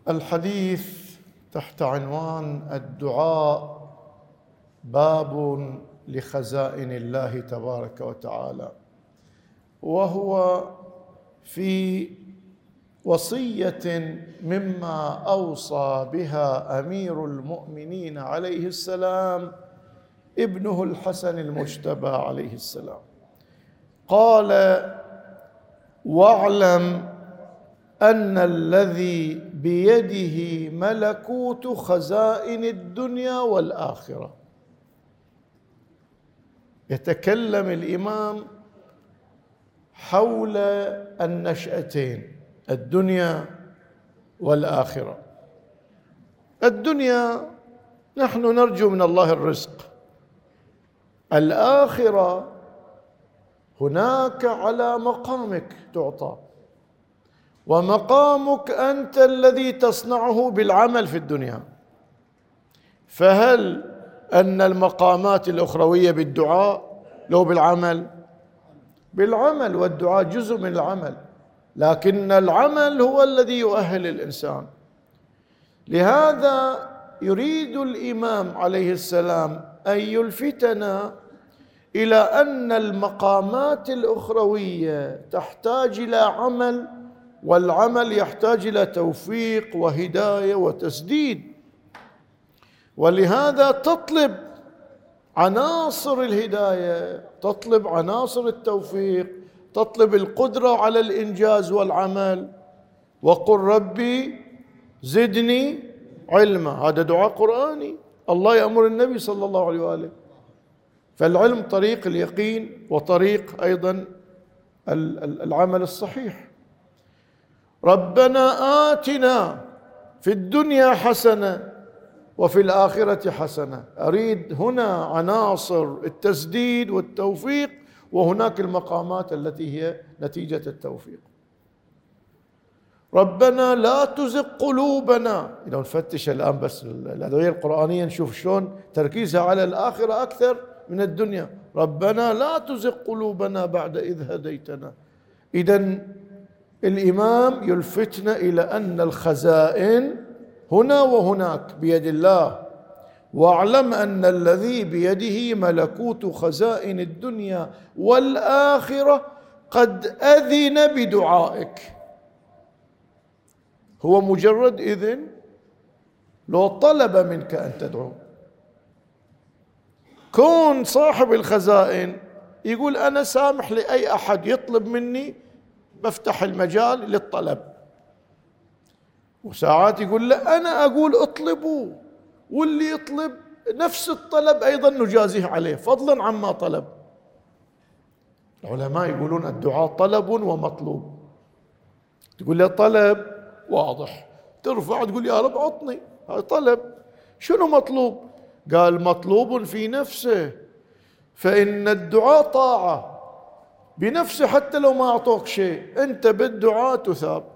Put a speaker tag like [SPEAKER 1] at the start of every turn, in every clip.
[SPEAKER 1] الحديث تحت عنوان الدعاء باب لخزائن الله تبارك وتعالى، وهو في وصية مما أوصى بها أمير المؤمنين عليه السلام ابنه الحسن المجتبى عليه السلام. قال: واعلم أن الذي بيده ملكوت خزائن الدنيا والآخرة. يتكلم الإمام حول النشأتين، الدنيا والآخرة. الدنيا نحن نرجو من الله الرزق، الآخرة هناك على مقامك تعطى، ومقامك أنت الذي تصنعه بالعمل في الدنيا. فهل أن المقامات الأخروية بالدعاء لو بالعمل؟ بالعمل، والدعاء جزء من العمل، لكن العمل هو الذي يؤهل الإنسان. لهذا يريد الإمام عليه السلام أن يلفتنا إلى أن المقامات الأخروية تحتاج إلى عمل، والعمل يحتاج إلى توفيق وهداية وتسديد، ولهذا تطلب عناصر الهداية، تطلب عناصر التوفيق، تطلب القدرة على الإنجاز والعمل. وقل ربي زدني علما، هذا دعاء قرآني، الله يأمر النبي صلى الله عليه وآله. فالعلم طريق اليقين وطريق أيضا العمل الصحيح. ربنا آتنا في الدنيا حسنة وفي الآخرة حسنة. أريد هنا عناصر التسديد والتوفيق، وهناك المقامات التي هي نتيجة التوفيق. ربنا لا تزغ قلوبنا. إذا نفتش الآن بس الأدعية القرآنية نشوف شلون تركيزها على الآخرة أكثر من الدنيا. ربنا لا تزغ قلوبنا بعد إذ هديتنا. إذن الإمام يلفتنا إلى أن الخزائن هنا وهناك بيد الله. واعلم أن الذي بيده ملكوت خزائن الدنيا والآخرة قد أذن بدعائك. هو مجرد إذن، لو طلب منك أن تدعو. كون صاحب الخزائن يقول أنا سامح لأي أحد يطلب مني، بفتح المجال للطلب. وساعات يقول لا، أنا أقول اطلبوا، واللي يطلب نفس الطلب أيضا نجازيه عليه فضلا عما طلب. العلماء يقولون الدعاء طلب ومطلوب. تقول له طلب واضح، ترفع تقول يا رب عطني، هذا طلب. شنو مطلوب؟ قال مطلوب في نفسه، فإن الدعاء طاعة بنفسه، حتى لو ما أعطوك شيء أنت بالدعاء تثاب.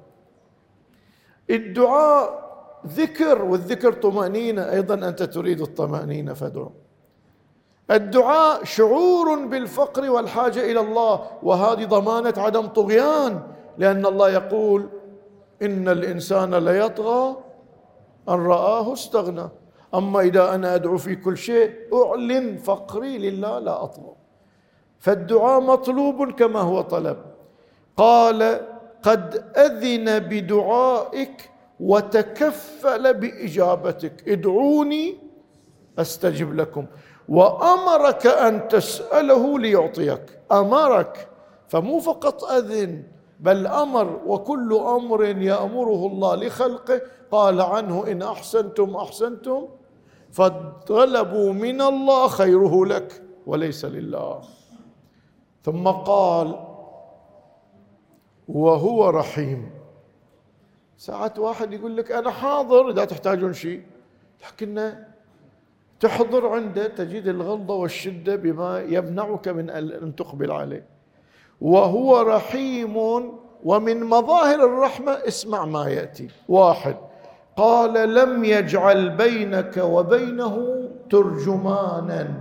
[SPEAKER 1] الدعاء ذكر، والذكر طمأنينة، أيضا أنت تريد الطمأنينة فادعو. الدعاء شعور بالفقر والحاجة إلى الله، وهذه ضمانة عدم طغيان، لأن الله يقول إن الإنسان ليطغى أن رآه استغنى. أما إذا أنا أدعو في كل شيء أعلن فقري لله لا أطغى. فالدعاء مطلوب كما هو طلب. قال قد أذن بدعائك وتكفل بإجابتك، ادعوني أستجب لكم. وأمرك أن تسأله ليعطيك. أمرك، فمو فقط أذن بل أمر. وكل أمر يأمره الله لخلقه قال عنه إن أحسنتم أحسنتم فطلبوا من الله خيره لك وليس لله. ثم قال وهو رحيم. ساعات واحد يقول لك أنا حاضر إذا تحتاجون شيء، لكن تحضر عنده تجد الغلظة والشدة بما يمنعك من أن تقبل عليه. وهو رحيم. ومن مظاهر الرحمة اسمع ما يأتي. واحد، قال لم يجعل بينك وبينه ترجمانا.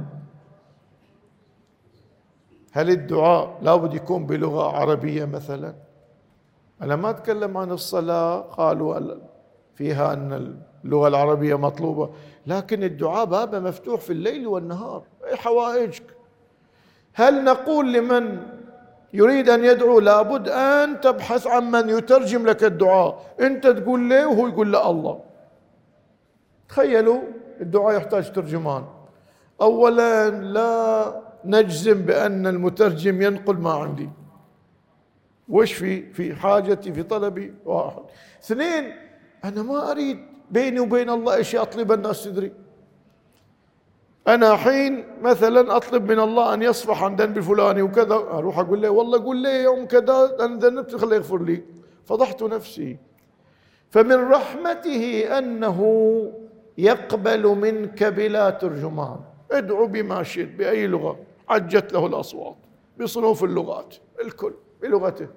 [SPEAKER 1] هل الدعاء لابد يكون بلغة عربية مثلا؟ أنا ما أتكلم عن الصلاة، قالوا فيها أن اللغة العربية مطلوبة، لكن الدعاء بابه مفتوح في الليل والنهار، أي حوائجك. هل نقول لمن يريد أن يدعو لابد أن تبحث عن من يترجم لك الدعاء، أنت تقول ليه وهو يقول له الله؟ تخيلوا الدعاء يحتاج ترجمان. أولا لا نجزم بأن المترجم ينقل ما عندي، وش في حاجتي في طلبي واحد. اثنين، أنا ما أريد بيني وبين الله أشياء أطلب الناس تدري. أنا حين مثلا أطلب من الله أن يصفح عن ذنبي الفلاني وكذا، أروح أقول له والله قول لي يوم كذا أنا ذنبت خليه يغفر لي، فضحت نفسي. فمن رحمته أنه يقبل منك بلا ترجمان. ادعو بما شئت بأي لغة، عجت له الأصوات بصنوف اللغات الكل بلغته.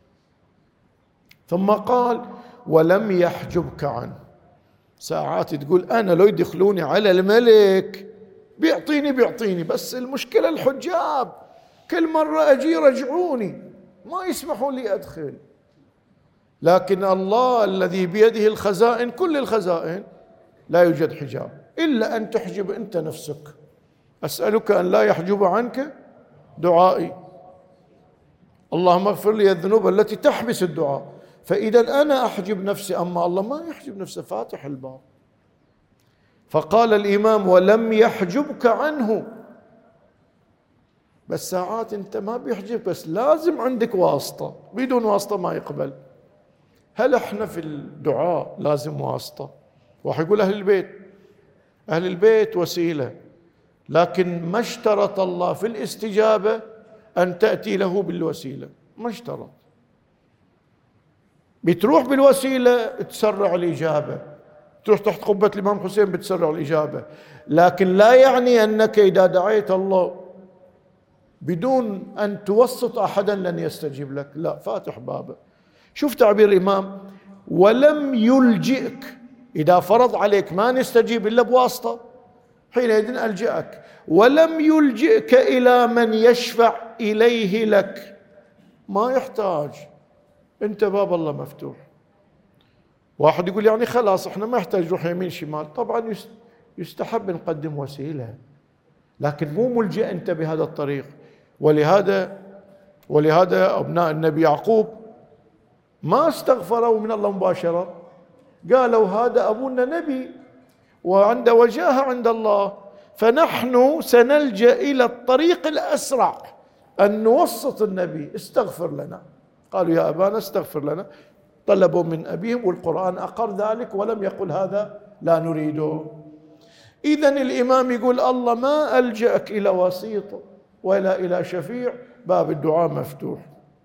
[SPEAKER 1] ثم قال ولم يحجبك عنه. ساعات تقول أنا لو يدخلوني على الملك بيعطيني، بس المشكلة الحجاب، كل مرة أجي يرجعوني ما يسمحوا لي أدخل. لكن الله الذي بيده الخزائن، كل الخزائن، لا يوجد حجاب إلا أن تحجب أنت نفسك. أسألك أن لا يحجب عنك دعائي، اللهم اغفر لي الذنوب التي تحبس الدعاء. فإذا أنا أحجب نفسي، أما الله ما يحجب نفسه، فاتح الباب. فقال الإمام ولم يحجبك عنه. بس ساعات أنت ما بيحجبك، بس لازم عندك واسطة، بدون واسطة ما يقبل. هل احنا في الدعاء لازم واسطة؟ واحد يقول أهل البيت وسيلة، لكن ما اشترط الله في الاستجابة أن تأتي له بالوسيلة، ما اشترط. بتروح بالوسيلة تسرع الإجابة، تروح تحت قبة الإمام حسين بتسرع الإجابة، لكن لا يعني أنك إذا دعيت الله بدون أن توسط أحدا لن يستجيب لك، لا، فاتح بابه. شوف تعبير الإمام ولم يلجئك، إذا فرض عليك ما نستجيب إلا بواسطة حينئذ ألجأك. ولم يلجئك إلى من يشفع إليه لك، ما يحتاج، أنت باب الله مفتوح. واحد يقول يعني خلاص احنا ما يحتاج نروح يمين شمال. طبعا يستحب نقدم وسيلة، لكن مو ملجأ أنت بهذا الطريق. ولهذا أبناء النبي يعقوب ما استغفروا من الله مباشرة، قالوا هذا أبونا نبي وعنده وجاهة عند الله، فنحن سنلجأ إلى الطريق الأسرع أن نوسط النبي، استغفر لنا. قالوا يا أبانا استغفر لنا، طلبوا من أبيهم، والقرآن أقر ذلك ولم يقل هذا لا نريده. إذن الإمام يقول الله ما ألجأك إلى وسيط ولا إلى شفيع، باب الدعاء مفتوح.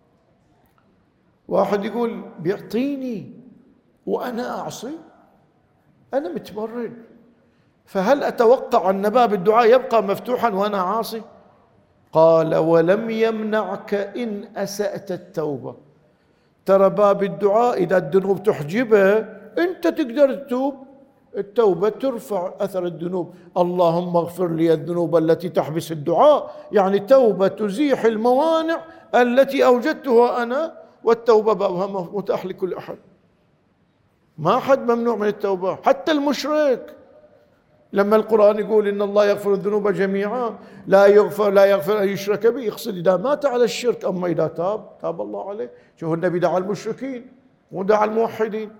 [SPEAKER 1] واحد يقول بيعطيني وأنا أعصي، أنا متمرد، فهل أتوقع أن باب الدعاء يبقى مفتوحا وأنا عاصي؟ قال ولم يمنعك إن أسأت التوبة. ترى باب الدعاء إذا الذنوب تحجبه أنت تقدر تتوب، التوبة ترفع أثر الذنوب. اللهم اغفر لي الذنوب التي تحبس الدعاء، يعني توبة تزيح الموانع التي أوجدتها أنا، والتوبة بابها متاح لكل أحد، ما حد ممنوع من التوبة، حتى المشرك. لما القرآن يقول إن الله يغفر الذنوب جميعا لا يغفر أن يشرك به، يقصد إذا مات على الشرك، أما إذا تاب الله عليه. شوف النبي دعا المشركين ودعا الموحدين.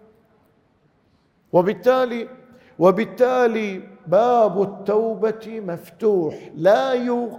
[SPEAKER 1] وبالتالي باب التوبة مفتوح، لا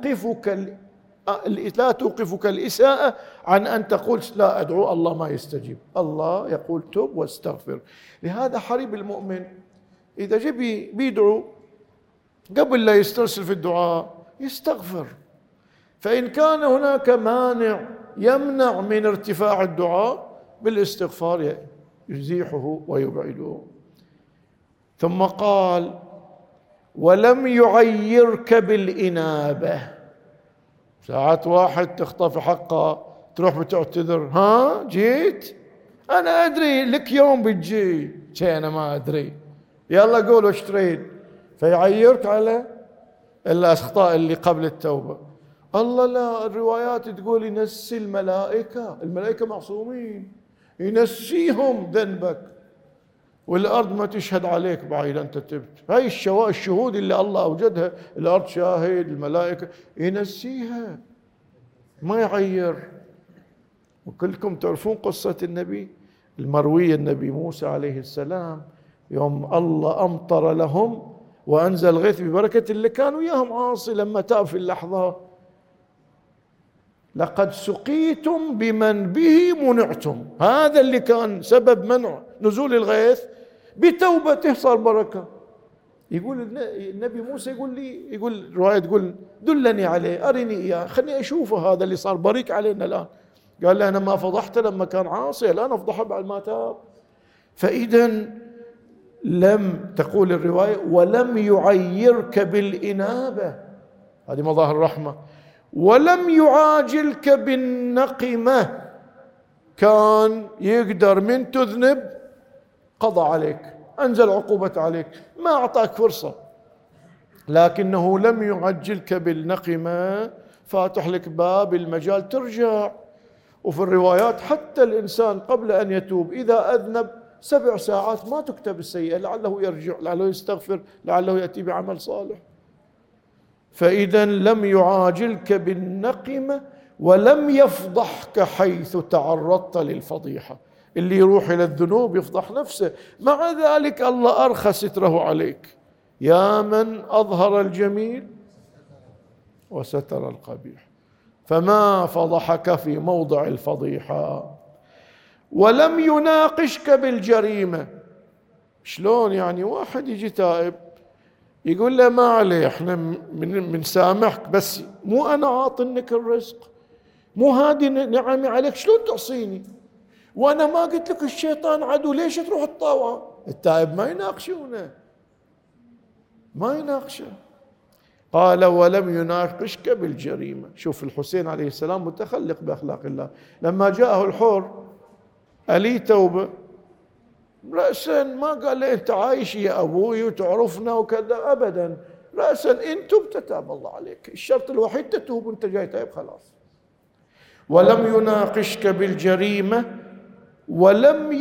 [SPEAKER 1] توقفك الإساءة عن أن تقول لا أدعو الله ما يستجيب. الله يقول توب واستغفر. لهذا حريب المؤمن إذا جبي بيدعو قبل لا يسترسل في الدعاء يستغفر، فإن كان هناك مانع يمنع من ارتفاع الدعاء بالاستغفار يزيحه ويبعده. ثم قال ولم يعيرك بالإنابة. ساعات واحد تخطف حقه تروح بتعتذر، ها جيت أنا أدري لك يوم بتجي، شيء أنا ما أدري، يلا قول وش تريد، فيعيرك على الأخطاء اللي قبل التوبة. الله لا، الروايات تقول ينسي الملائكة معصومين، ينسيهم ذنبك. والأرض ما تشهد عليك بعيد أنت تبت. هاي الشهود اللي الله أوجدها، الأرض شاهد، الملائكة، ينسيها ما يعير. وكلكم تعرفون قصة النبي المروية، النبي موسى عليه السلام يوم الله أمطر لهم وأنزل غيث ببركة اللي كانوا وياهم عاصي، لما تاب في اللحظة لقد سقيتم بمن به منعتم، هذا اللي كان سبب منع نزول الغيث بتوبته صار بركة. يقول النبي موسى يقول رواية تقول دلني عليه، أرني إياه، خلني أشوفه هذا اللي صار بريك علينا الآن. قال له أنا ما فضحته لما كان عاصي، الآن أفضحه بعد ما تاب. فإذا لم تقول الرواية ولم يعيرك بالإنابة، هذه مظاهر الرحمة، ولم يعاجلك بالنقمة، كان يقدر من تذنب قضى عليك، أنزل عقوبة عليك، ما أعطاك فرصة، لكنه لم يعجلك بالنقمة، فاتح لك باب المجال ترجع. وفي الروايات حتى الإنسان قبل أن يتوب إذا أذنب 7 ساعات ما تكتب السيئة، لعله يرجع، لعله يستغفر، لعله يأتي بعمل صالح. فإذا لم يعاجلك بالنقمة ولم يفضحك حيث تعرضت للفضيحة. اللي يروح إلى الذنوب يفضح نفسه، مع ذلك الله أرخى ستره عليك. يا من أظهر الجميل وستر القبيح، فما فضحك في موضع الفضيحة. ولم يناقشك بالجريمة. شلون يعني واحد يجي تائب يقول له ما عليه، احنا من سامحك، بس مو انا عاطنك الرزق، مو هذه نعمي عليك، شلون تعصيني وانا ما قلت لك الشيطان عدو، ليش تروح تطاوع؟ التائب ما يناقشونه، ما يناقشه. قال ولم يناقشك بالجريمة. شوف الحسين عليه السلام متخلق بأخلاق الله، لما جاءه الحور ألي توبة رأسا ما قال له أنت عايش يا أبوي وتعرفنا وكذا، أبدا، رأسا إن تبت تاب الله عليك، الشرط الوحيد تتوب وأنت جاي تائب خلاص. ولم يناقشك بالجريمة ولم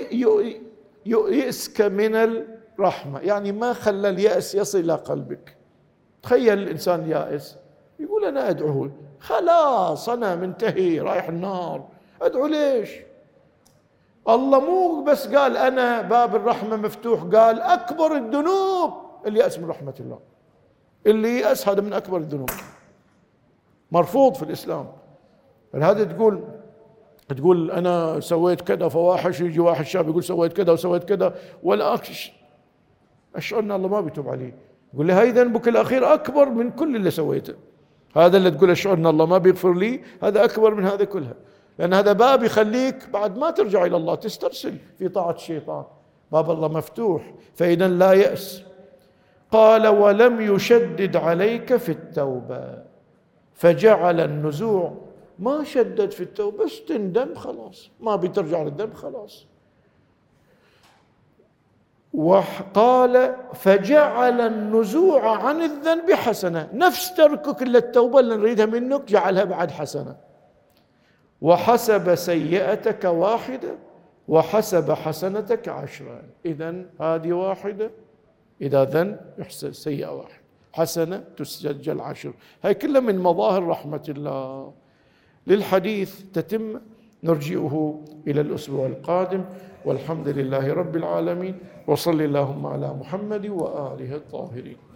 [SPEAKER 1] يؤسك من الرحمة، يعني ما خلى اليأس يصل إلى قلبك. تخيل الإنسان يائس يقول أنا أدعو، خلاص أنا منتهي رايح النار، أدعو ليش؟ الله مو بس قال أنا باب الرحمة مفتوح، قال أكبر الذنوب اليأس من رحمة الله. اللي يأس هذا من أكبر الذنوب، مرفوض في الإسلام. هذا تقول أنا سويت كذا فواحش، يجي واحد شاب يقول سويت كذا وسويت كذا ولا أشعر أن الله ما بيتوب عليه، يقول لي هاي ذنبك الأخير أكبر من كل اللي سويته. هذا اللي تقول أشعر أن الله ما بيغفر لي، هذا أكبر من هذا كلها، لأن هذا باب يخليك بعد ما ترجع إلى الله تسترسل في طاعة الشيطان. باب الله مفتوح، فإذا لا يأس. قال ولم يشدد عليك في التوبة، فجعل النزوع، ما شدد في التوبة، بس تندم خلاص، ما بترجع للذنب خلاص. وقال فجعل النزوع عن الذنب حسنة، نفس تركك للتوبة اللي نريدها منك جعلها بعد حسنة. وحسب سيئتك 1 وحسب حسنتك 10. إذن هذه 1، إذا ذنب يحسن سيئة 1، حسنة تسجل 10. هاي كلها من مظاهر رحمة الله. للحديث تتم نرجئه إلى الأسبوع القادم، والحمد لله رب العالمين، وصل اللهم على محمد وآله الطاهرين.